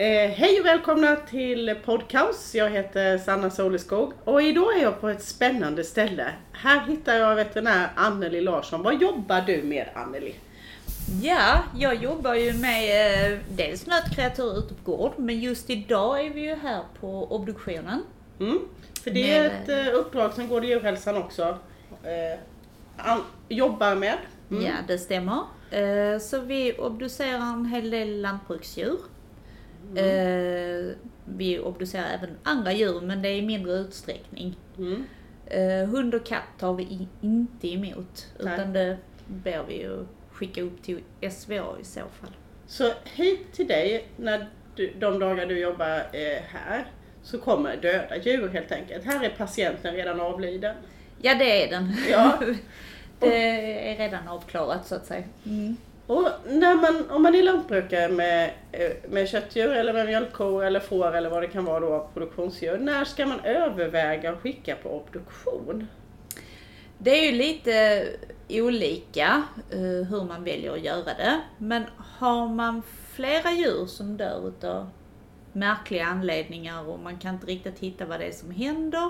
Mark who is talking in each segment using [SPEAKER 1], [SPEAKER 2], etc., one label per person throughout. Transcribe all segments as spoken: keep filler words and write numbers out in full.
[SPEAKER 1] Eh, hej och välkomna till Podcast. Jag heter Sanna Soleskog och idag är jag på ett spännande ställe. Här hittar jag veterinär Anneli Larsson. Vad jobbar du med, Anneli?
[SPEAKER 2] Ja, jag jobbar ju med eh, dels nötkreatur ute på gård, men just idag är vi ju här på obduktionen.
[SPEAKER 1] Mm, för det är
[SPEAKER 2] med,
[SPEAKER 1] ett eh, uppdrag som Gård och djurhälsan också eh, an- jobbar med. Mm.
[SPEAKER 2] Ja, det stämmer. Eh, så vi obducerar en hel del lantbruksdjur. Mm. Eh, vi obducerar även andra djur, men det är i mindre utsträckning.
[SPEAKER 1] Mm.
[SPEAKER 2] Eh, hund och katt tar vi i, inte emot,
[SPEAKER 1] Nej.
[SPEAKER 2] utan det ber vi ju skicka upp till S V A i så fall.
[SPEAKER 1] Så hit till dig, när du, de dagar du jobbar eh, här, så kommer döda djur helt enkelt. Här är patienten redan avliden.
[SPEAKER 2] Ja, det är den.
[SPEAKER 1] Ja.
[SPEAKER 2] Det är redan avklarat så att säga. Mm.
[SPEAKER 1] Och när man, om man är lantbrukare med, med köttdjur eller med mjölkkor eller får eller vad det kan vara då, produktionsdjur, när ska man överväga att skicka på obduktion?
[SPEAKER 2] Det är ju lite olika uh, hur man väljer att göra det. Men har man flera djur som dör utav märkliga anledningar och man kan inte riktigt hitta vad det är som händer,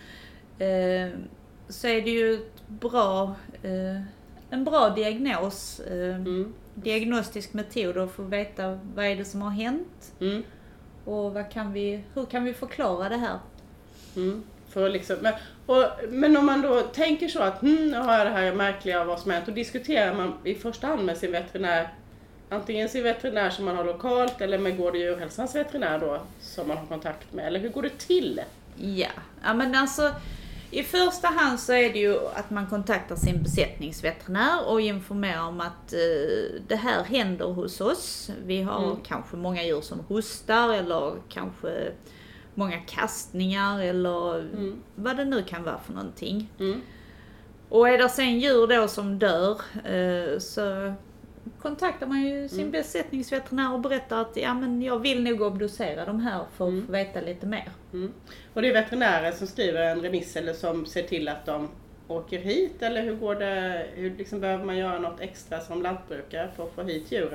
[SPEAKER 2] uh, så är det ju ett bra, uh, en bra diagnos, uh, mm. diagnostisk metod att få veta vad är det som har hänt mm. och vad kan vi, hur kan vi förklara det här.
[SPEAKER 1] Mm. För liksom, men, och, men om man då tänker så att hm, nu har jag det här märkliga vad som hänt, och diskuterar man i första hand med sin veterinär, antingen sin veterinär som man har lokalt eller med Gård och djurhälsans veterinär då som man har kontakt med, eller hur går det till?
[SPEAKER 2] Ja, ja men alltså i första hand så är det ju att man kontaktar sin besättningsveterinär och informerar om att eh, det här händer hos oss. Vi har mm. kanske många djur som hostar eller kanske många kastningar eller mm. vad det nu kan vara för någonting. Mm. Och är det sen djur då som dör eh, så kontaktar man ju sin mm. besättningsveterinär och berättar att ja, men jag vill nog obducera de här för mm. att få veta lite mer.
[SPEAKER 1] Mm. Och det är veterinärer som skriver en remiss eller som ser till att de åker hit, eller hur går det, hur liksom behöver man göra något extra som lantbrukare för att få hit djuren?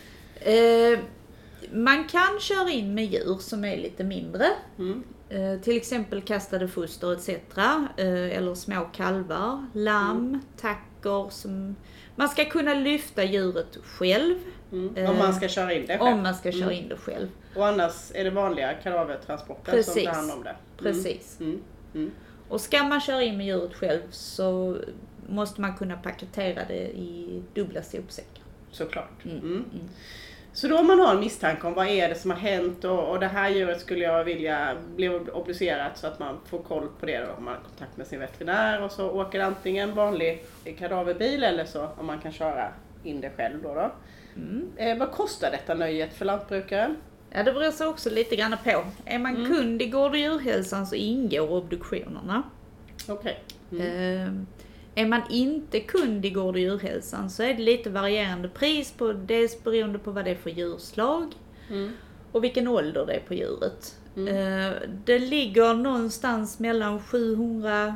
[SPEAKER 2] Eh, man kan köra in med djur som är lite mindre, mm. eh, till exempel kastade foster et cetera. Eh, eller små kalvar, lamm, mm. tackor som man ska kunna lyfta djuret själv.
[SPEAKER 1] Mm. Om man ska köra in det själv.
[SPEAKER 2] Om man ska köra
[SPEAKER 1] mm.
[SPEAKER 2] in det själv.
[SPEAKER 1] Och annars är det vanliga kadavertransporter som tar hand om det. Mm.
[SPEAKER 2] Precis.
[SPEAKER 1] Mm. Mm.
[SPEAKER 2] Och ska man köra in med djuret själv så måste man kunna paketera det i dubbla sopsäckar.
[SPEAKER 1] Såklart.
[SPEAKER 2] Mm.
[SPEAKER 1] Mm.
[SPEAKER 2] Mm.
[SPEAKER 1] Så då om man har en misstanke om vad är det som har hänt och, och det här djuret skulle jag vilja bli obducerat, så att man får koll på det då. Om man har kontakt med sin veterinär och så åker antingen vanlig kadaverbil eller så om man kan köra in det själv då. då. Mm. Eh, vad kostar detta nöjet för lantbrukaren?
[SPEAKER 2] Ja, det beror sig också lite grann på. Är man mm. kund i Gård och djurhälsan så ingår obduktionerna.
[SPEAKER 1] Okej. Okay. Mm.
[SPEAKER 2] Eh, Är man inte kund i Gård och djurhälsan så är det lite varierande pris på, dels beroende på vad det är för djurslag mm. och vilken ålder det är på djuret. Mm. Det ligger någonstans mellan sjuhundra,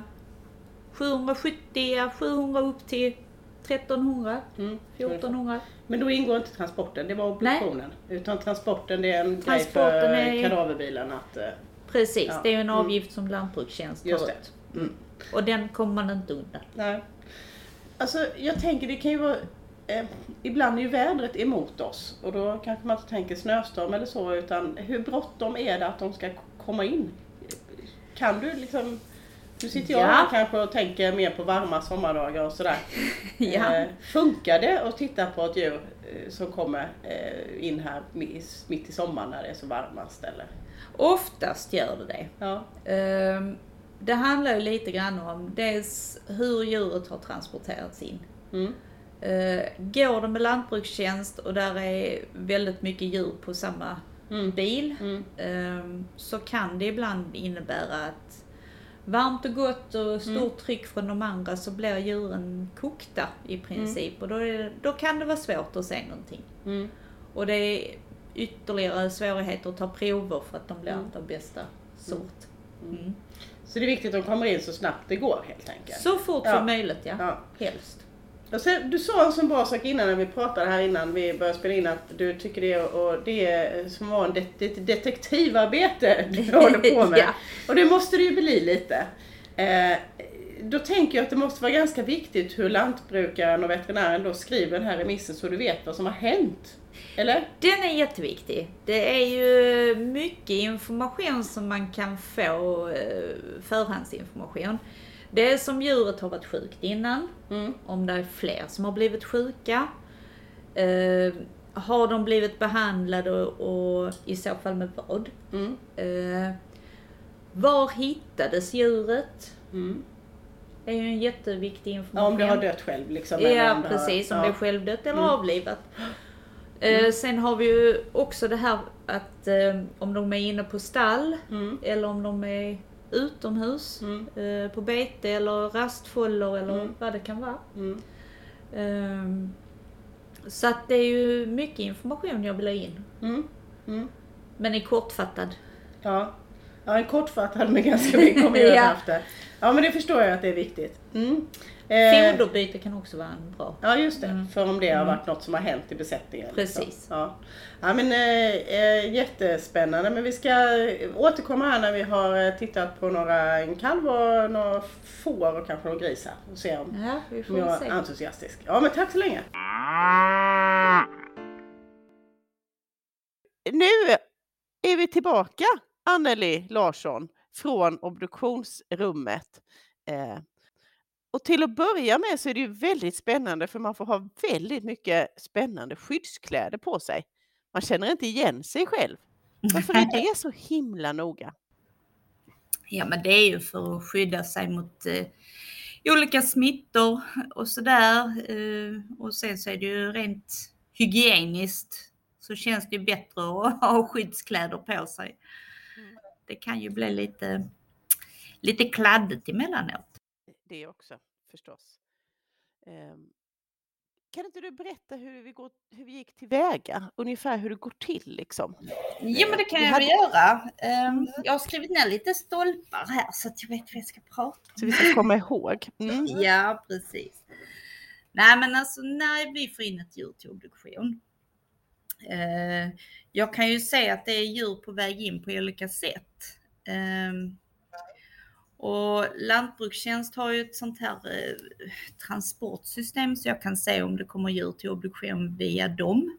[SPEAKER 2] sjuhundrasjuttio, sjuhundra upp till trettonhundra, mm. fjortonhundra.
[SPEAKER 1] Men då ingår inte transporten, det var obduktionen. Nej. Utan transporten, det är en
[SPEAKER 2] transporten
[SPEAKER 1] grej för
[SPEAKER 2] är...
[SPEAKER 1] kadaverbilen att...
[SPEAKER 2] Precis, ja. Det är ju en
[SPEAKER 1] mm.
[SPEAKER 2] avgift som lantbrukstjänst tar
[SPEAKER 1] Just det.
[SPEAKER 2] ut. Mm. Och den kommer man inte undan.
[SPEAKER 1] Nej. Alltså jag tänker det kan ju vara, eh, ibland är ju vädret emot oss och då kanske man inte tänker snöstorm eller så, utan hur bråttom är det att de ska komma in? Kan du liksom, nu sitter jag
[SPEAKER 2] ja.
[SPEAKER 1] här kanske och tänker mer på varma sommardagar och sådär.
[SPEAKER 2] ja.
[SPEAKER 1] eh, funkar det att titta på ett djur eh, som kommer eh, in här mitt i sommaren när det är så varmast eller?
[SPEAKER 2] Oftast gör det det.
[SPEAKER 1] Ja.
[SPEAKER 2] Um, Det handlar ju lite grann om dels hur djuret har transporterats in. Mm. Uh, går det med lantbrukstjänst och där är väldigt mycket djur på samma mm. bil mm. Um, så kan det ibland innebära att varmt och gott och stort mm. tryck från de andra så blir djuren kokta i princip. Mm. Och då, är det, då kan det vara svårt att se någonting. Mm. Och det är ytterligare svårigheter att ta prover för att de blir inte av bästa sort.
[SPEAKER 1] Mm. Mm. Så det är viktigt att de kommer in så snabbt det går helt enkelt.
[SPEAKER 2] Så fort
[SPEAKER 1] ja.
[SPEAKER 2] som möjligt, ja.
[SPEAKER 1] ja.
[SPEAKER 2] Helst.
[SPEAKER 1] Och sen, du sa en sån bra sak innan när vi pratade här innan vi började spela in att du tycker det, och det är som var en det, det detektivarbete du håller på med. Ja. Och det måste det ju bli lite. Eh, då tänker jag att det måste vara ganska viktigt hur lantbrukaren och veterinären då skriver den här remissen så du vet vad som har hänt. Eller?
[SPEAKER 2] Den är jätteviktig. Det är ju mycket information som man kan få, förhandsinformation. Det är som djuret har varit sjukt innan, mm. om det är fler som har blivit sjuka. Eh, har de blivit behandlade och, och i så fall med vad? Mm. Eh, var hittades djuret? Mm. Det är ju en jätteviktig information.
[SPEAKER 1] Ja, om det har dött själv liksom.
[SPEAKER 2] Ja, precis. Har, om ja. det är självdött eller mm. avlivat. Mm. Eh, sen har vi ju också det här att eh, om de är inne på stall mm. eller om de är utomhus mm. eh, på bete eller rastfållor eller mm. vad det kan vara. Mm. Eh, så att det är ju mycket information jag vill ha in. Mm. Mm. Men är kortfattad.
[SPEAKER 1] Ja. Ja, en kortfattad med ganska mycket kommer jag ja. efter. Ja, men det förstår jag att det är viktigt. Mm.
[SPEAKER 2] Eh, Foderbyte kan också vara en bra.
[SPEAKER 1] Ja, just det. Mm. För om det har varit något som har hänt i besättningen.
[SPEAKER 2] Precis.
[SPEAKER 1] Liksom. Ja. Ja, men eh, jättespännande. Men vi ska återkomma här när vi har tittat på några en kalv och några får och kanske några grisar. Och se om,
[SPEAKER 2] ja, vi får
[SPEAKER 1] om jag
[SPEAKER 2] se.
[SPEAKER 1] är entusiastisk. Ja, men tack så länge. Nu är vi tillbaka, Anneli Larsson, från obduktionsrummet. Eh, och till att börja med så är det ju väldigt spännande för man får ha väldigt mycket spännande skyddskläder på sig. Man känner inte igen sig själv. Varför är det så himla noga?
[SPEAKER 2] Ja, men det är ju för att skydda sig mot eh, olika smittor och sådär. Eh, och sen så är det ju rent hygieniskt så känns det ju bättre att ha skyddskläder på sig. Det kan ju bli lite, lite kladdigt emellanåt.
[SPEAKER 1] Det också, förstås. Um, kan inte du berätta hur vi, går, hur vi gick tillväga? Ungefär hur det går till liksom?
[SPEAKER 2] Ja, men det kan jag hade... göra. Um, jag har skrivit ner lite stolpar här så att jag vet vad jag ska prata om.
[SPEAKER 1] Så vi ska komma ihåg. Mm.
[SPEAKER 2] Ja, precis. Nej, men alltså när vi får in ett djur till obduktion. Uh, jag kan ju säga att det är djur på väg in på olika sätt. Um, och Lantbrukstjänst har ju ett sånt här uh, transportsystem så jag kan se om det kommer djur till obduktion via dem.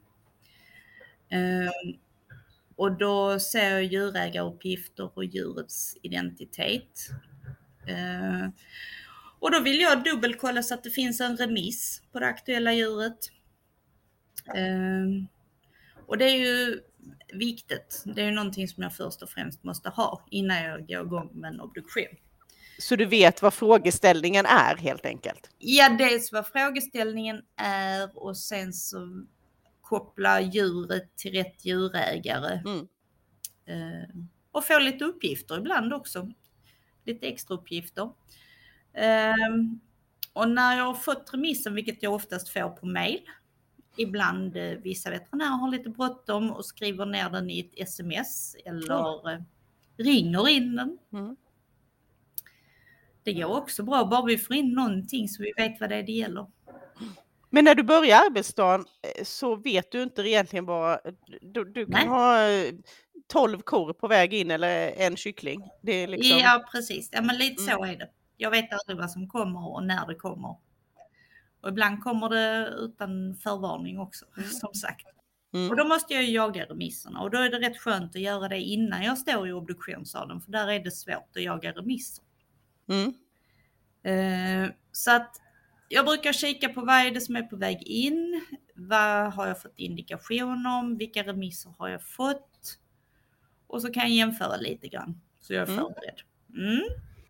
[SPEAKER 2] Um, och då ser jag djurägaruppgifter och djurets identitet. Uh, och då vill jag dubbelkolla så att det finns en remiss på det aktuella djuret. Uh, Och det är ju viktigt. Det är ju någonting som jag först och främst måste ha innan jag går igång med en obduktion.
[SPEAKER 1] Så du vet vad frågeställningen är helt enkelt?
[SPEAKER 2] Ja, dels vad frågeställningen är och sen så koppla djuret till rätt djurägare. Mm. Eh, och få lite uppgifter ibland också. Lite extra uppgifter. Eh, och när jag har fått remissen, vilket jag oftast får på mail. Ibland eh, vissa veterinärer har lite bråttom och skriver ner den i ett sms eller eh, ringer in den. Mm. Det går också bra, bara vi får in någonting så vi vet vad det är det gäller.
[SPEAKER 1] Men när du börjar arbetsdagen så vet du inte egentligen vad, du, du kan Nej. ha tolv kor på väg in eller en kyckling. Det är liksom...
[SPEAKER 2] Ja, precis. Ja, men lite mm. så är det. Jag vet aldrig vad som kommer och när det kommer. Och ibland kommer det utan förvarning också, mm. som sagt. Mm. Och då måste jag jaga remisserna. Och då är det rätt skönt att göra det innan jag står i obduktionssalen. För där är det svårt att jaga remisser. Mm. Eh, så att jag brukar kika på vad är det som är på väg in. Vad har jag fått indikation om? Vilka remisser har jag fått? Och så kan jag jämföra lite grann. Så jag är mm. förberedd. Mm.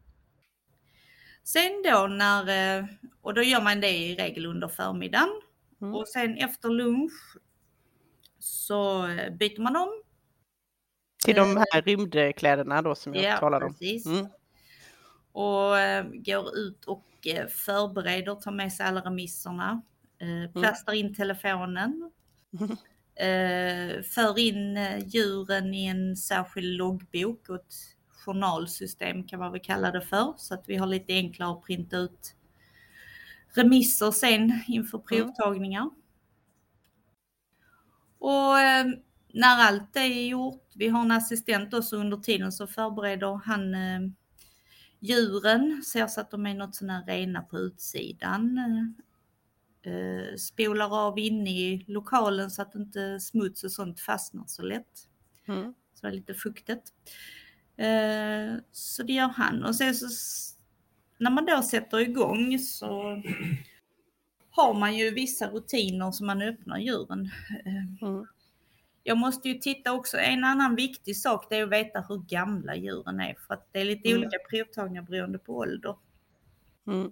[SPEAKER 2] Sen då när, och då gör man det i regel under förmiddagen. Mm. Och sen efter lunch så byter man om.
[SPEAKER 1] Till de här rymdkläderna då som jag
[SPEAKER 2] ja,
[SPEAKER 1] talade om.
[SPEAKER 2] Precis. Mm. Och går ut och förbereder, tar med sig alla remisserna. Plastar in telefonen. Mm. För in djuren i en särskild loggbok och ett journalsystem kan man väl kalla det för. Så att vi har lite enklare att printa ut remisser sen inför
[SPEAKER 1] Mm.
[SPEAKER 2] provtagningar. Och eh, när allt är gjort, vi har en assistent också under tiden, så förbereder han eh, djuren, ser så att de är något sådär rena på utsidan. Eh, spolar av inne i lokalen så att inte smuts och sånt fastnar så lätt.
[SPEAKER 1] Mm.
[SPEAKER 2] Så det är lite fuktigt. Eh, så det gör han. Och sen så när man då sätter igång så har man ju vissa rutiner som man öppnar djuren. Eh,
[SPEAKER 1] Mm.
[SPEAKER 2] Jag måste ju titta också, en annan viktig sak det är att veta hur gamla djuren är. För att det är lite
[SPEAKER 1] Mm.
[SPEAKER 2] olika provtagningar beroende på ålder.
[SPEAKER 1] Mm.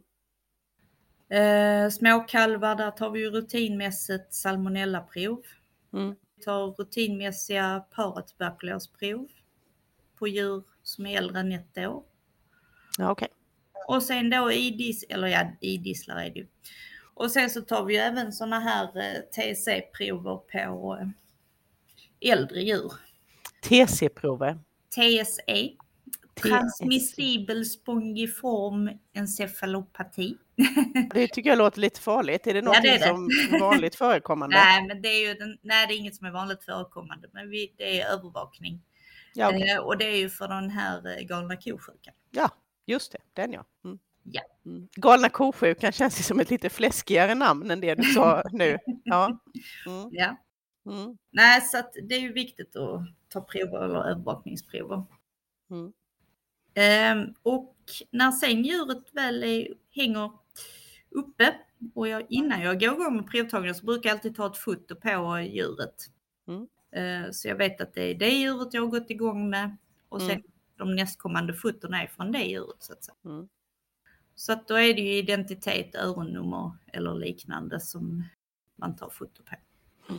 [SPEAKER 2] Eh, småkalvar, där tar vi ju rutinmässigt salmonellaprov.
[SPEAKER 1] Mm.
[SPEAKER 2] Vi tar rutinmässiga paratuberkulosprov på djur som är äldre än ett år.
[SPEAKER 1] Ja, okej.
[SPEAKER 2] Och sen då idis, eller ja, idisslar är det ju. Och sen så tar vi ju även såna här eh, T S C-prover på eh, äldre djur.
[SPEAKER 1] T C-prover.
[SPEAKER 2] T S E. Transmissible spongiform encefalopati.
[SPEAKER 1] Det tycker jag låter lite farligt. Är det något
[SPEAKER 2] Ja, det är det.
[SPEAKER 1] som är vanligt förekommande?
[SPEAKER 2] Nej, men det är ju den, nej, det är inget som är vanligt förekommande, men vi, det är övervakning.
[SPEAKER 1] Ja, okej.
[SPEAKER 2] Eh, och det är ju för den här eh, galna kosjukan.
[SPEAKER 1] Ja, just det. Den ja. Mm.
[SPEAKER 2] Ja.
[SPEAKER 1] Mm. Galna kosjukan känns ju som ett lite fläskigare namn än det du sa nu. Ja. Mm.
[SPEAKER 2] Ja.
[SPEAKER 1] Mm.
[SPEAKER 2] Nej, så att det är ju viktigt att ta prover eller övervakningsprover.
[SPEAKER 1] Mm.
[SPEAKER 2] Ehm, och när sen djuret väl är, hänger uppe och jag, innan jag går igång med provtagningen så brukar jag alltid ta ett foto på djuret.
[SPEAKER 1] Mm.
[SPEAKER 2] Ehm, så jag vet att det är det djuret jag har gått igång med och sen
[SPEAKER 1] Mm.
[SPEAKER 2] de nästkommande fotona är från det djuret så att säga.
[SPEAKER 1] Mm.
[SPEAKER 2] Så att då är det ju identitet, öronnummer eller liknande som man tar foto på.
[SPEAKER 1] Mm.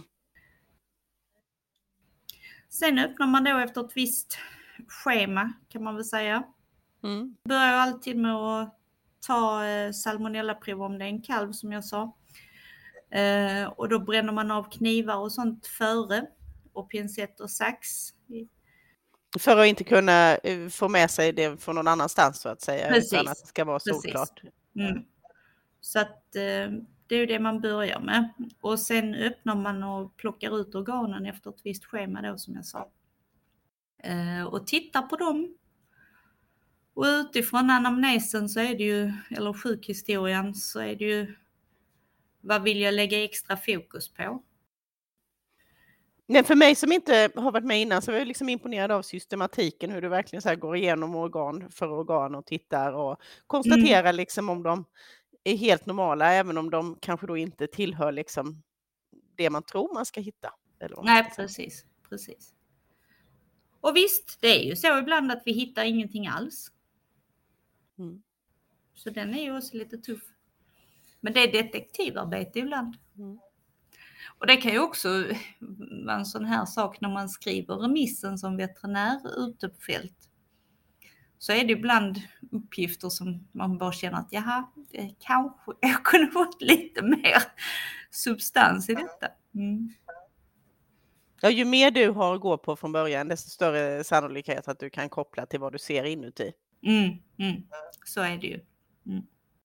[SPEAKER 2] Sen öppnar man då efter ett visst schema kan man väl säga.
[SPEAKER 1] Mm.
[SPEAKER 2] Börjar jag alltid med att ta eh, salmonellaprov om det är en kalv som jag sa. Eh, och då bränner man av knivar och sånt före och pincett och sax.
[SPEAKER 1] För att inte kunna eh, få med sig det från någon annanstans så att säga.
[SPEAKER 2] Precis.
[SPEAKER 1] Utan att det ska vara
[SPEAKER 2] Precis.
[SPEAKER 1] solklart.
[SPEAKER 2] Mm. Så att eh, det är ju det man börjar med. Och sen öppnar man och plockar ut organen efter ett visst schema då som jag sa. Eh, och tittar på dem. Och utifrån anamnesen så är det ju, eller sjukhistorien så är det ju, vad vill jag lägga extra fokus på?
[SPEAKER 1] Men för mig som inte har varit med innan så är jag liksom imponerad av systematiken. Hur du verkligen så här går igenom organ för organ och tittar och konstaterar mm. liksom om de är helt normala. Även om de kanske då inte tillhör liksom det man tror man ska hitta. Eller
[SPEAKER 2] Nej, precis. precis. Och visst, det är ju så ibland att vi hittar ingenting alls.
[SPEAKER 1] Mm.
[SPEAKER 2] Så den är ju också lite tuff. Men det är detektivarbete ibland. Mm. Och det kan ju också vara en sån här sak när man skriver remissen som veterinär ute på fält. Så är det ibland uppgifter som man bara känner att jaha, det kanske jag kunde fått lite mer substans i detta. Mm.
[SPEAKER 1] Ja, ju mer du har att gå på från början desto större sannolikhet att du kan koppla till vad du ser inuti.
[SPEAKER 2] Mm, mm. Så är det ju. Mm.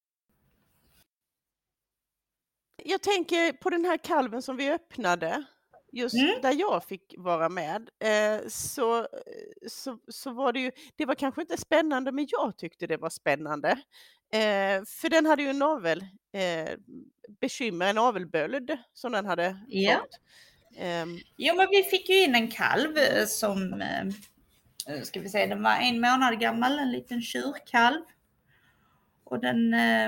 [SPEAKER 1] Jag tänker på den här kalven som vi öppnade, just mm. där jag fick vara med, eh, så, så, så var det ju, det var kanske inte spännande men jag tyckte det var spännande. Eh, för den hade ju en navel, eh, bekymmer, en navelböld som den hade
[SPEAKER 2] ja.
[SPEAKER 1] fått. Eh,
[SPEAKER 2] jo men vi fick ju in en kalv som, eh, ska vi säga, den var en månad gammal, en liten tjurkalv. Och den... Eh,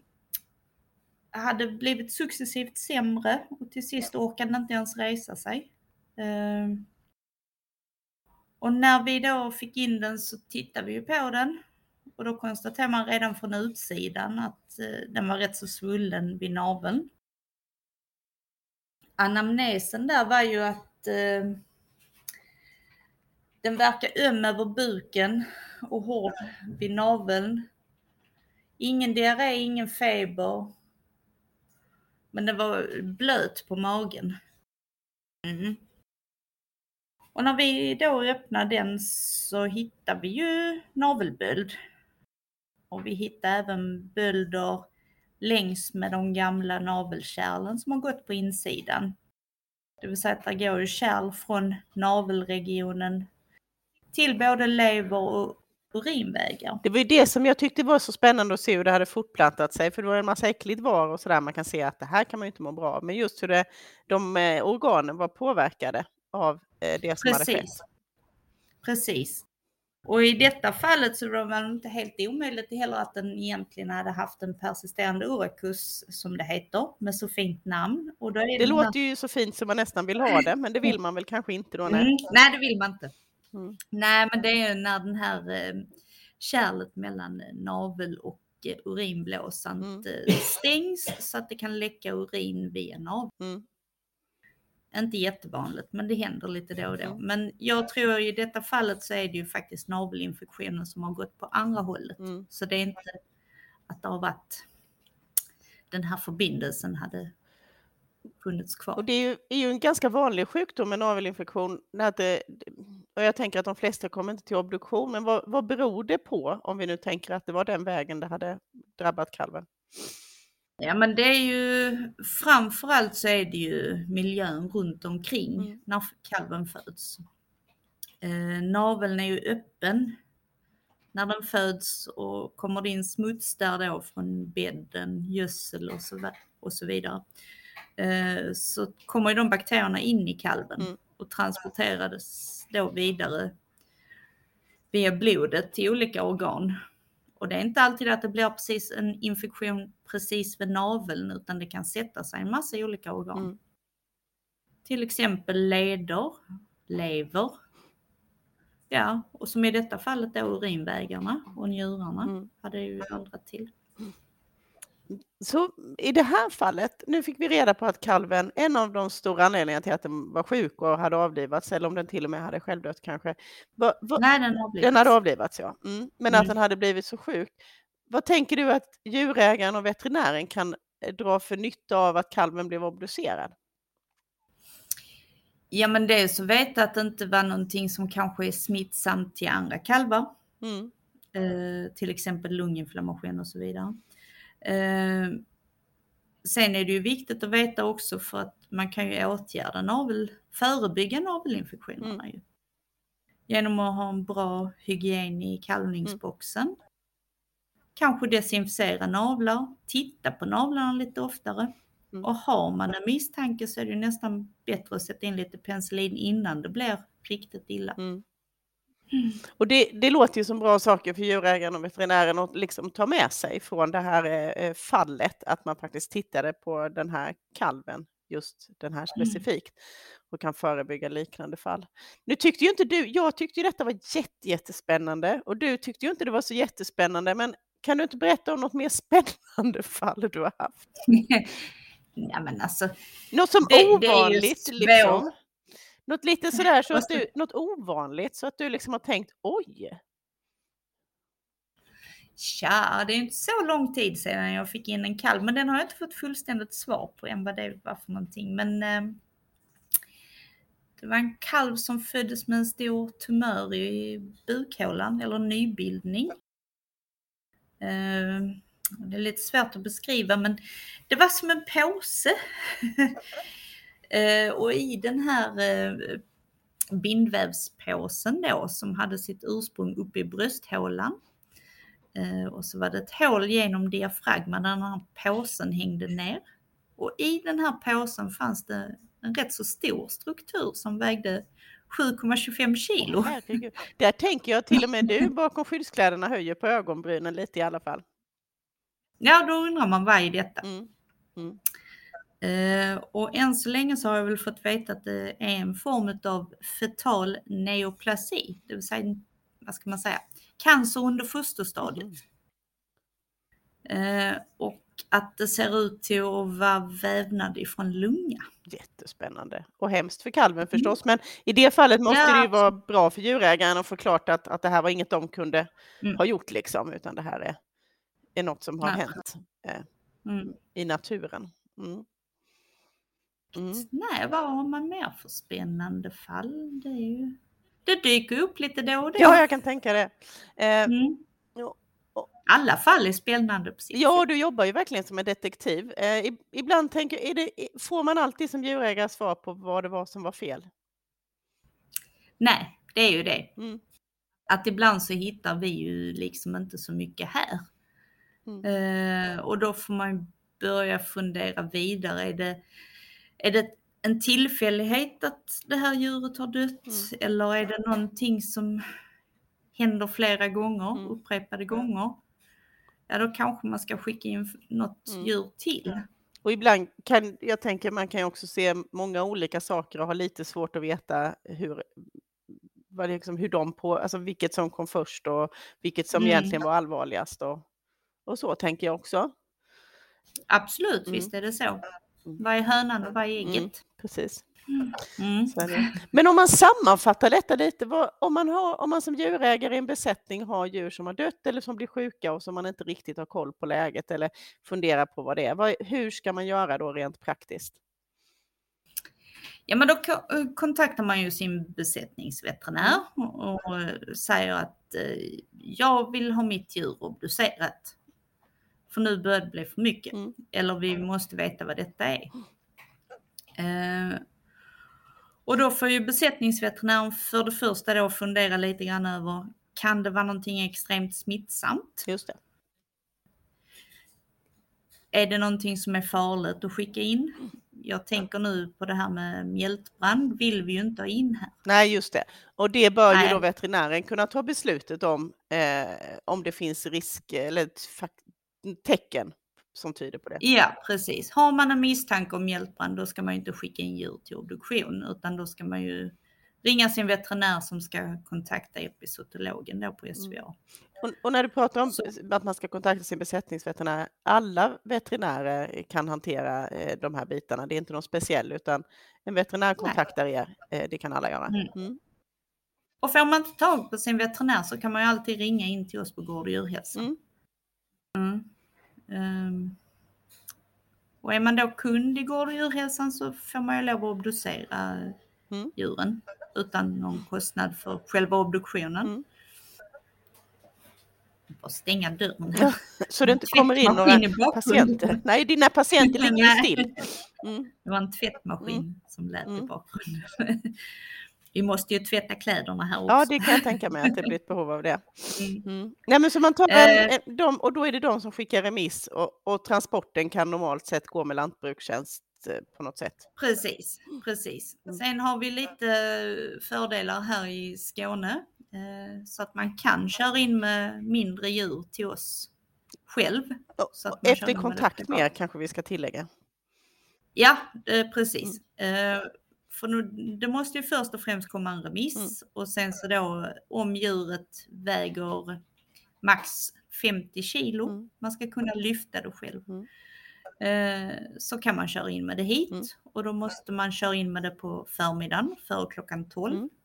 [SPEAKER 2] hade blivit successivt sämre och till sist orkade inte ens resa sig. Uh, och när vi då fick in den så tittade vi på den och då konstaterade man redan från utsidan att uh, den var rätt så svullen vid naveln. Anamnesen där var ju att uh, den verkar öm över buken och hård vid naveln. Ingen diarré, ingen feber. Men det var blöt på magen. Mm. Och när vi då öppnade den så hittade vi ju navelböld. Och vi hittade även bölder längs med de gamla navelkärlen som har gått på insidan. Det vill säga att det går ju kärl från navelregionen till både lever och urinvägar.
[SPEAKER 1] Det var ju det som jag tyckte var så spännande att se hur det hade fortplantat sig. För det var en massa äckligt var och sådär. Man kan se att det här kan man ju inte må bra av. Men just hur det, de eh, organen var påverkade av eh, det som
[SPEAKER 2] Precis.
[SPEAKER 1] hade skett.
[SPEAKER 2] Precis. Och i detta fallet så var det väl inte helt omöjligt heller att den egentligen hade haft en persisterande uricus, som det heter, med så fint namn. Och då är
[SPEAKER 1] Det
[SPEAKER 2] den
[SPEAKER 1] låter
[SPEAKER 2] här...
[SPEAKER 1] ju så fint som man nästan vill ha det, men det vill man väl kanske inte då? Nej,
[SPEAKER 2] mm, nej det vill man inte.
[SPEAKER 1] Mm.
[SPEAKER 2] Nej, men det är ju när den här eh, kärlet mellan navel och eh, urinblåsan
[SPEAKER 1] Mm.
[SPEAKER 2] stängs så att det kan läcka urin via naveln.
[SPEAKER 1] Mm.
[SPEAKER 2] Inte jättevanligt, men det händer lite då och då.
[SPEAKER 1] Mm.
[SPEAKER 2] Men jag tror i detta fallet så är det ju faktiskt navelinfektionen som har gått på andra hållet.
[SPEAKER 1] Mm.
[SPEAKER 2] Så det är inte att det har varit den här förbindelsen hade funnits kvar.
[SPEAKER 1] Och det är ju, är ju en ganska vanlig sjukdom med navelinfektion. När det, och jag tänker att de flesta kommer inte till obduktion. Men vad, vad beror det på om vi nu tänker att det var den vägen det hade drabbat kalven?
[SPEAKER 2] Ja, men det är ju framförallt så är det ju miljön runt omkring
[SPEAKER 1] Mm.
[SPEAKER 2] när kalven föds. Eh, naveln är ju öppen när den föds och kommer det in smuts där då från bädden, gödsel och så, och så vidare. Eh, så kommer ju de bakterierna in i kalven
[SPEAKER 1] Mm.
[SPEAKER 2] och transporterades då vidare via blodet till olika organ. Och det är inte alltid att det blir precis en infektion precis vid naveln, utan det kan sätta sig en massa olika organ.
[SPEAKER 1] Mm.
[SPEAKER 2] Till exempel leder, lever, ja, och som i detta fallet då urinvägarna och njurarna
[SPEAKER 1] Mm.
[SPEAKER 2] hade ju andra till.
[SPEAKER 1] Så i det här fallet, nu fick vi reda på att kalven, en av de stora anledningarna till att den var sjuk och hade avlivats, eller om den till och med hade självdött kanske. Va, va,
[SPEAKER 2] Nej, den avlivats.
[SPEAKER 1] Den hade avlivats, ja. Mm. Men
[SPEAKER 2] Mm.
[SPEAKER 1] att den hade blivit så sjuk. Vad tänker du att djurägaren och veterinären kan dra för nytta av att kalven blev obducerad?
[SPEAKER 2] Ja, men det är så veta att det inte var någonting som kanske är smittsamt till andra kalvar.
[SPEAKER 1] Mm.
[SPEAKER 2] Eh, till exempel lunginflammation och så vidare. Eh, sen är det ju viktigt att veta också för att man kan ju åtgärda navel, förebygga navelinfektionerna
[SPEAKER 1] Mm.
[SPEAKER 2] ju. Genom att ha en bra hygien i kalvningsboxen. Mm. Kanske desinficera navlar, titta på navlarna lite oftare. Mm. Och har man en misstanke så är det ju nästan bättre att sätta in lite penicillin innan det blir riktigt illa.
[SPEAKER 1] Mm. Mm. Och det, det låter ju som bra saker för djurägaren och veterinären att liksom ta med sig från det här eh, fallet, att man faktiskt tittade på den här kalven, just den här specifikt, och kan förebygga liknande fall. Nu tyckte ju inte du, jag tyckte ju detta var jätte, jättespännande, och du tyckte ju inte det var så jättespännande, men kan du inte berätta om något mer spännande fall du har haft?
[SPEAKER 2] Ja, men alltså,
[SPEAKER 1] något som
[SPEAKER 2] det,
[SPEAKER 1] ovanligt
[SPEAKER 2] det
[SPEAKER 1] liksom. Något lite sådär så att du, något ovanligt så att du liksom har tänkt, oj.
[SPEAKER 2] Tja, det är inte så lång tid sedan jag fick in en kalv, men den har jag inte fått fullständigt svar på än vad det var för någonting. Men eh, det var en kalv som föddes med en stor tumör i bukhålan, eller nybildning. Eh, det är lite svårt att beskriva, men det var som en påse. eh, och i den här eh, bindvävspåsen då, som hade sitt ursprung uppe i brösthålan. Eh, och så var det ett hål genom diafragman där den här påsen hängde ner. Och i den här påsen fanns det en rätt så stor struktur som vägde sju komma tjugofem kilo.
[SPEAKER 1] Herregud. Där tänker jag till och med du bakom skyddskläderna höjer på ögonbrynen lite i alla fall.
[SPEAKER 2] Ja, då undrar man vad är detta.
[SPEAKER 1] Mm. Mm.
[SPEAKER 2] Eh, och än så länge så har jag väl fått veta att det är en form av fetal neoplasi. Det vill säga, vad ska man säga, cancer under fosterstadiet. Mm. Eh, och att det ser ut till att vara vävnad ifrån lunga.
[SPEAKER 1] Jättespännande. Och hemskt för kalven förstås. Mm. Men i det fallet måste ja. det ju vara bra för djurägaren att få klart att, att det här var inget de kunde mm. ha gjort liksom. Utan det här är, är något som har ja. hänt eh, mm. i naturen. Mm.
[SPEAKER 2] Mm. Nej, vad har man mer för spännande fall? Det, är ju... det dyker upp lite då och då.
[SPEAKER 1] Ja, jag kan tänka det. Eh, mm.
[SPEAKER 2] Alla fall är spännande på sitt
[SPEAKER 1] Ja,
[SPEAKER 2] sätt.
[SPEAKER 1] du jobbar ju verkligen som en detektiv. Eh, ibland tänker är det, får man alltid som djurägare svar på vad det var som var fel?
[SPEAKER 2] Nej, det är ju det.
[SPEAKER 1] Mm.
[SPEAKER 2] Att ibland så hittar vi ju liksom inte så mycket här.
[SPEAKER 1] Mm.
[SPEAKER 2] Eh, och då får man börja fundera vidare. Är det, är det en tillfällighet att det här djuret har dött?
[SPEAKER 1] Mm.
[SPEAKER 2] Eller är det någonting som händer flera gånger,
[SPEAKER 1] Mm.
[SPEAKER 2] upprepade gånger? Ja, då kanske man ska skicka in något
[SPEAKER 1] Mm.
[SPEAKER 2] djur till.
[SPEAKER 1] Och ibland kan, jag tänker man kan ju också se många olika saker och ha lite svårt att veta hur, vad det liksom, hur de på, alltså vilket som kom först och vilket som
[SPEAKER 2] Mm.
[SPEAKER 1] egentligen var allvarligast och, och så tänker jag också.
[SPEAKER 2] Absolut,
[SPEAKER 1] Mm.
[SPEAKER 2] visst är det så. Vad är hönan och vad är ägget?
[SPEAKER 1] Mm, precis.
[SPEAKER 2] Mm.
[SPEAKER 1] Så är det. Men om man sammanfattar detta lite, vad, om, man har, om man som djurägare i en besättning har djur som har dött eller som blir sjuka och som man inte riktigt har koll på läget eller funderar på vad det är, vad, hur ska man göra då rent praktiskt?
[SPEAKER 2] Ja, men då ko- kontaktar man ju sin besättningsveterinär och, och säger att eh, jag vill ha mitt djur obducerat. För nu börjar det bli för mycket.
[SPEAKER 1] Mm.
[SPEAKER 2] Eller vi måste veta vad detta är. Eh, och då får ju besättningsveterinären för det första då fundera lite grann över, kan det vara någonting extremt smittsamt?
[SPEAKER 1] Just det.
[SPEAKER 2] Är det någonting som är farligt att skicka in? Jag tänker nu på det här med mjältbrand, vill vi ju inte ha in här.
[SPEAKER 1] Nej, just det. Och det bör
[SPEAKER 2] Nej.
[SPEAKER 1] ju då veterinären kunna ta beslutet om, eh, om det finns risk eller ett fak- tecken som tyder på det.
[SPEAKER 2] Ja, precis. Har man en misstanke om mjältbrand, då ska man ju inte skicka in djur till obduktion, utan då ska man ju ringa sin veterinär som ska kontakta epizootologen då på S V A.
[SPEAKER 1] Och, och när du pratar om
[SPEAKER 2] Så.
[SPEAKER 1] att man ska kontakta sin besättningsveterinär, alla veterinärer kan hantera eh, de här bitarna. Det är inte någon speciell, utan en veterinär kontaktar er. Eh, det kan alla göra.
[SPEAKER 2] Mm.
[SPEAKER 1] Mm.
[SPEAKER 2] Och får man inte tag på sin veterinär så kan man ju alltid ringa in till oss på Gård- och djurhälsan.
[SPEAKER 1] Mm.
[SPEAKER 2] Mm. Um, och är man då kund i Gård- och djurhälsan så får man ju lov att obducera
[SPEAKER 1] Mm.
[SPEAKER 2] djuren utan någon kostnad för själva obduktionen.
[SPEAKER 1] Mm.
[SPEAKER 2] Bara stänga dörren.
[SPEAKER 1] Ja, så det inte kommer in några
[SPEAKER 2] i
[SPEAKER 1] patienter. Nej, dina patienter ligger ju
[SPEAKER 2] Nej.
[SPEAKER 1] still. Mm.
[SPEAKER 2] Det var en tvättmaskin
[SPEAKER 1] Mm.
[SPEAKER 2] som lät
[SPEAKER 1] Mm.
[SPEAKER 2] i bakgrunden. Vi måste ju tvätta kläderna här också.
[SPEAKER 1] Ja, det kan jag tänka mig att det blir ett behov av det.
[SPEAKER 2] Mm.
[SPEAKER 1] Mm. Nej, men så man tar
[SPEAKER 2] Eh.
[SPEAKER 1] en, de, och då är det de som skickar remiss och, och transporten kan normalt sett gå med lantbrukstjänst eh, på något sätt.
[SPEAKER 2] Precis, precis. Sen har vi lite fördelar här i Skåne eh, så att man kan köra in med mindre djur till oss själv. Så att man
[SPEAKER 1] Efter
[SPEAKER 2] kör in
[SPEAKER 1] kontakt
[SPEAKER 2] det
[SPEAKER 1] med er kanske vi ska tillägga.
[SPEAKER 2] Ja, eh, precis. Eh, för nu, det måste ju först och främst komma en remiss
[SPEAKER 1] Mm.
[SPEAKER 2] och sen så då om djuret väger max femtio kilo,
[SPEAKER 1] Mm.
[SPEAKER 2] man ska kunna lyfta det själv.
[SPEAKER 1] Mm.
[SPEAKER 2] Eh, så kan man köra in med det hit
[SPEAKER 1] Mm.
[SPEAKER 2] och då måste man köra in med det på förmiddagen före klockan tolv.
[SPEAKER 1] Mm.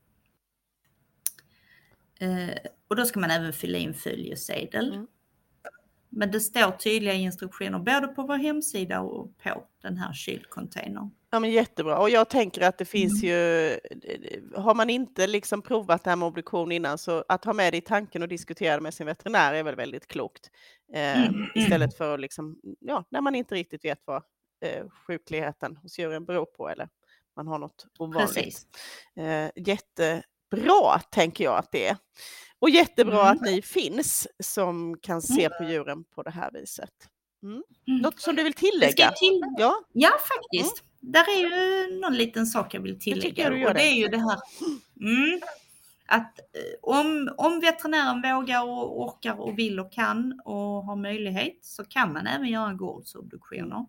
[SPEAKER 2] Eh, och då ska man även fylla in följesedel.
[SPEAKER 1] Mm.
[SPEAKER 2] Men det står tydliga instruktioner både på vår hemsida och på den här kylcontainern.
[SPEAKER 1] Ja, men jättebra. Och jag tänker att det finns
[SPEAKER 2] Mm.
[SPEAKER 1] ju, har man inte liksom provat det här med obduktion innan, så att ha med det i tanken och diskutera det med sin veterinär är väl väldigt klokt. Eh,
[SPEAKER 2] Mm.
[SPEAKER 1] istället för att liksom, ja, när man inte riktigt vet vad eh, sjukligheten hos djuren beror på eller man har något ovanligt.
[SPEAKER 2] Precis.
[SPEAKER 1] Eh, jättebra tänker jag att det är. Och jättebra
[SPEAKER 2] Mm.
[SPEAKER 1] att ni finns som kan se på djuren på det här viset. Mm.
[SPEAKER 2] Mm.
[SPEAKER 1] Något som du vill
[SPEAKER 2] Jag ska
[SPEAKER 1] tillägga?
[SPEAKER 2] till...
[SPEAKER 1] Ja.
[SPEAKER 2] Ja, faktiskt. Där är ju någon liten sak jag vill
[SPEAKER 1] tycker
[SPEAKER 2] tillägga.
[SPEAKER 1] jag du gör
[SPEAKER 2] Och det
[SPEAKER 1] det.
[SPEAKER 2] är ju det här mm, att eh, om, om veterinären vågar och orkar och vill och kan och har möjlighet så kan man även göra gårdsobduktioner.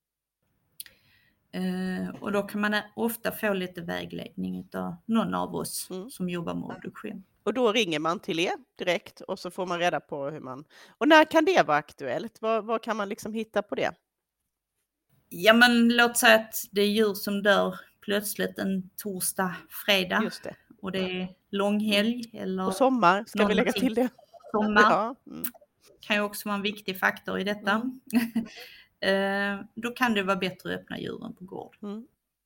[SPEAKER 2] Eh, och då kan man ofta få lite vägledning av någon av oss
[SPEAKER 1] Mm.
[SPEAKER 2] som jobbar med obduktion.
[SPEAKER 1] Och då ringer man till er direkt och så får man reda på hur man... Och när kan det vara aktuellt? Vad, vad kan man liksom hitta på det?
[SPEAKER 2] Ja, men låt säga att det är djur som dör plötsligt en torsdag, fredag.
[SPEAKER 1] Just det.
[SPEAKER 2] Och det är långhelg eller
[SPEAKER 1] Och sommar, ska vi lägga
[SPEAKER 2] någonting.
[SPEAKER 1] till det?
[SPEAKER 2] sommar.
[SPEAKER 1] Ja. Mm.
[SPEAKER 2] Kan ju också vara en viktig faktor i detta.
[SPEAKER 1] Mm.
[SPEAKER 2] eh, då kan det vara bättre att öppna djuren på gård.
[SPEAKER 1] Mm.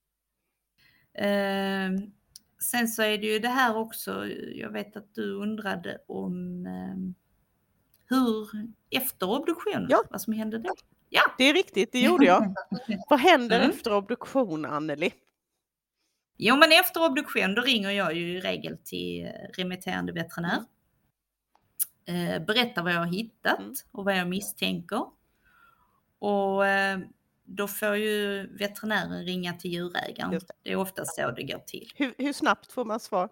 [SPEAKER 2] Eh, sen så är det ju det här också, jag vet att du undrade om eh, hur efter obduktion,
[SPEAKER 1] Ja.
[SPEAKER 2] vad som hände då. Ja,
[SPEAKER 1] det är riktigt, det gjorde jag. Vad händer
[SPEAKER 2] Mm.
[SPEAKER 1] efter obduktion, Anneli?
[SPEAKER 2] Jo, men efter obduktion då ringer jag ju i regel till remitterande veterinär. Eh, berättar vad jag har hittat
[SPEAKER 1] Mm.
[SPEAKER 2] och vad jag misstänker. Och eh, då får ju veterinären ringa till djurägaren.
[SPEAKER 1] Just
[SPEAKER 2] det. det är oftast så det går till.
[SPEAKER 1] Hur, hur snabbt får man svar?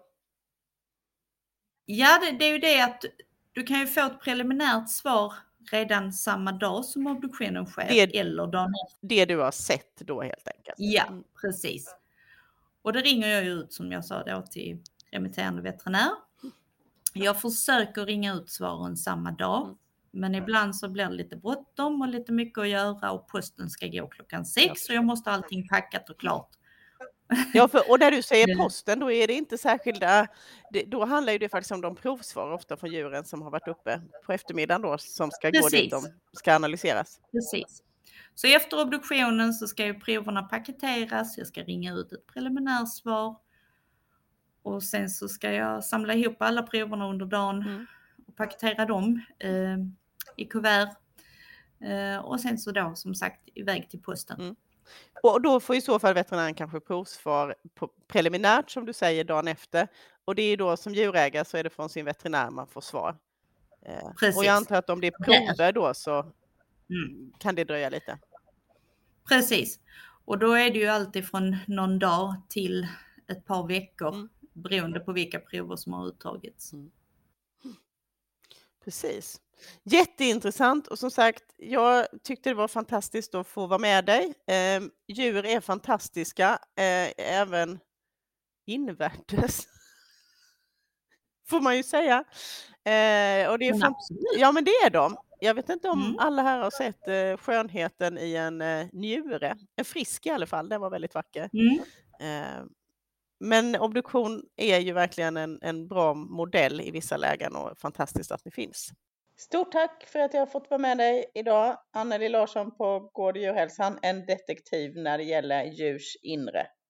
[SPEAKER 2] Ja, det, det är ju det att du kan ju få ett preliminärt svar redan samma dag som obduktionen sker.
[SPEAKER 1] Det-
[SPEAKER 2] eller dagen efter.
[SPEAKER 1] Det du har sett då helt enkelt.
[SPEAKER 2] Ja,
[SPEAKER 1] Mm.
[SPEAKER 2] precis. Och det ringer jag ju ut som jag sa då till remitterande veterinär. Jag försöker ringa ut svaren samma dag.
[SPEAKER 1] Mm.
[SPEAKER 2] Men ibland så blir det lite bråttom och lite mycket att göra och posten ska gå klockan sex.
[SPEAKER 1] Ja.
[SPEAKER 2] Så jag måste ha allting packat och klart.
[SPEAKER 1] Ja, för, och när du säger
[SPEAKER 2] Det-
[SPEAKER 1] posten, då är det inte särskilda, det, då handlar ju det faktiskt om de provsvar ofta från djuren som har varit uppe på eftermiddagen då, som ska gå
[SPEAKER 2] Precis.
[SPEAKER 1] dit de ska analyseras.
[SPEAKER 2] Precis. Så efter obduktionen så ska ju proverna paketeras. Jag ska ringa ut ett preliminärsvar. Och sen så ska jag samla ihop alla proverna under dagen
[SPEAKER 1] Mm.
[SPEAKER 2] och paketera dem eh, i kuvert. Eh, och sen så då som sagt iväg till posten.
[SPEAKER 1] Mm. Och då får i så fall veterinären kanske provsvar på preliminärt som du säger dagen efter. Och det är då som djurägare så är det från sin veterinär man får svar. Eh,
[SPEAKER 2] Precis.
[SPEAKER 1] och jag antar att om det är prover då så
[SPEAKER 2] Mm.
[SPEAKER 1] kan det dröja lite.
[SPEAKER 2] Precis. Och då är det ju alltid från någon dag till ett par veckor.
[SPEAKER 1] Mm.
[SPEAKER 2] Beroende på vilka prover som har uttagits.
[SPEAKER 1] Mm. Precis. Jätteintressant och som sagt, jag tyckte det var fantastiskt att få vara med dig. Eh, djur är fantastiska, eh, även invärtes. Får man ju säga. Eh, och det är
[SPEAKER 2] Men
[SPEAKER 1] fan...
[SPEAKER 2] absolut.
[SPEAKER 1] Ja, men det är de. Jag vet inte om
[SPEAKER 2] Mm.
[SPEAKER 1] alla här har sett eh, skönheten i en eh, njure. En frisk i alla fall, den var väldigt vacker.
[SPEAKER 2] Mm.
[SPEAKER 1] Eh, men obduktion är ju verkligen en, en bra modell i vissa lägen och fantastiskt att ni finns. Stort tack för att jag har fått vara med dig idag. Anneli Larsson på Gård och djurhälsan, en detektiv när det gäller djurs inre.